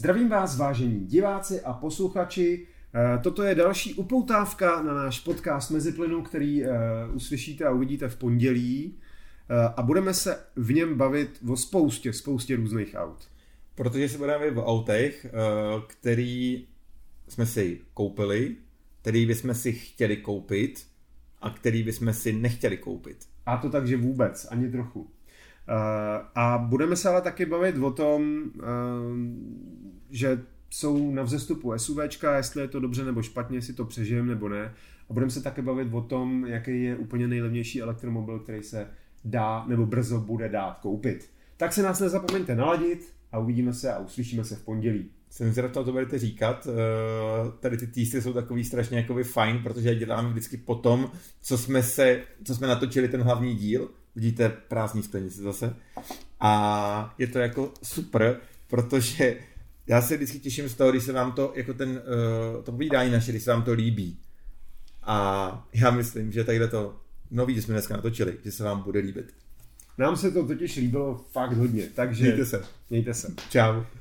Zdravím vás, vážení diváci a posluchači. Toto je další upoutávka na náš podcast Meziplynu, který uslyšíte a uvidíte v pondělí. A budeme se v něm bavit o spoustě různých aut. Protože se budeme bavit o autech, který jsme si koupili, který bychom si chtěli koupit a který bychom si nechtěli koupit. A to takže vůbec, ani trochu. A budeme se ale taky bavit o tom, že jsou na vzestupu SUVčka, jestli je to dobře nebo špatně, jestli to přežijeme nebo ne. A budeme se taky bavit o tom, jaký je úplně nejlevnější elektromobil, který se dá nebo brzo bude dát koupit. Tak se nás nezapomeňte naladit a uvidíme se a uslyšíme se v pondělí. Jsem zvědav, co to budete říkat. Tady ty teasery jsou takový strašně jakoby fajn, protože je děláme vždycky po tom, co jsme natočili ten hlavní díl. Vidíte prázdní sklenice zase. A je to jako super, protože já se vždycky těším z toho, když se vám to, jako to povídání naše, když se vám to líbí. A já myslím, že tadyhle to nový, že jsme dneska natočili, že se vám bude líbit. Nám se to totiž líbilo fakt hodně, takže mějte se. Mějte se. Čau.